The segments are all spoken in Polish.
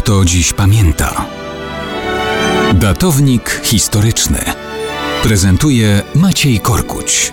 kto dziś pamięta. Datownik historyczny prezentuje Maciej Korkuć.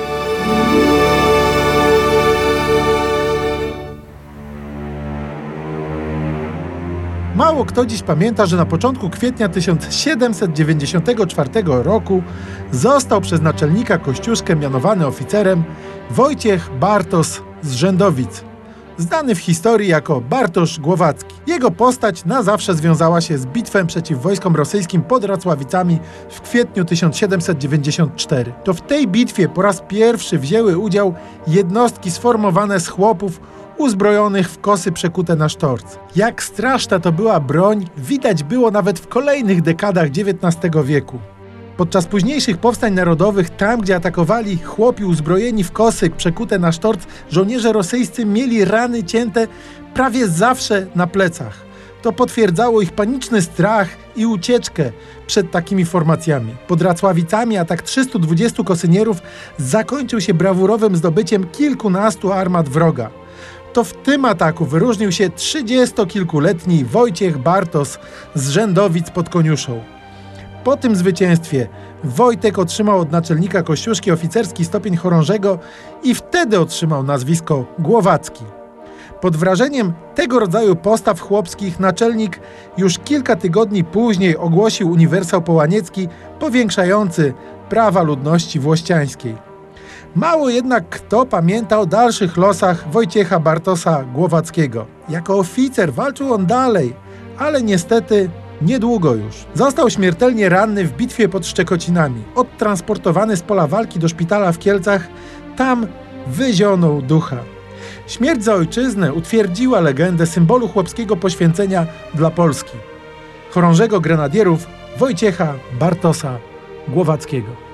Mało kto dziś pamięta, że na początku kwietnia 1794 roku został przez naczelnika Kościuszkę mianowany oficerem Wojciech Bartos z Rzędowic, znany w historii jako Bartosz Głowacki. Jego postać na zawsze związała się z bitwą przeciw wojskom rosyjskim pod Racławicami w kwietniu 1794. To w tej bitwie po raz pierwszy wzięły udział jednostki sformowane z chłopów uzbrojonych w kosy przekute na sztorc. Jak straszna to była broń, widać było nawet w kolejnych dekadach XIX wieku. Podczas późniejszych powstań narodowych, tam gdzie atakowali chłopi uzbrojeni w kosy przekute na sztorc, żołnierze rosyjscy mieli rany cięte prawie zawsze na plecach. To potwierdzało ich paniczny strach i ucieczkę przed takimi formacjami. Pod Racławicami atak 320 kosynierów zakończył się brawurowym zdobyciem kilkunastu armat wroga. To w tym ataku wyróżnił się 30-kilkuletni Wojciech Bartos z Rzędowic pod Koniuszą. Po tym zwycięstwie Wojtek otrzymał od naczelnika Kościuszki oficerski stopień chorążego i wtedy otrzymał nazwisko Głowacki. Pod wrażeniem tego rodzaju postaw chłopskich naczelnik już kilka tygodni później ogłosił uniwersał połaniecki powiększający prawa ludności włościańskiej. Mało jednak kto pamięta o dalszych losach Wojciecha Bartosa Głowackiego. Jako oficer walczył on dalej, ale niestety niedługo już. Został śmiertelnie ranny w bitwie pod Szczekocinami. Odtransportowany z pola walki do szpitala w Kielcach, tam wyzionął ducha. Śmierć za ojczyznę utwierdziła legendę symbolu chłopskiego poświęcenia dla Polski. Chorążego grenadierów Wojciecha Bartosa Głowackiego.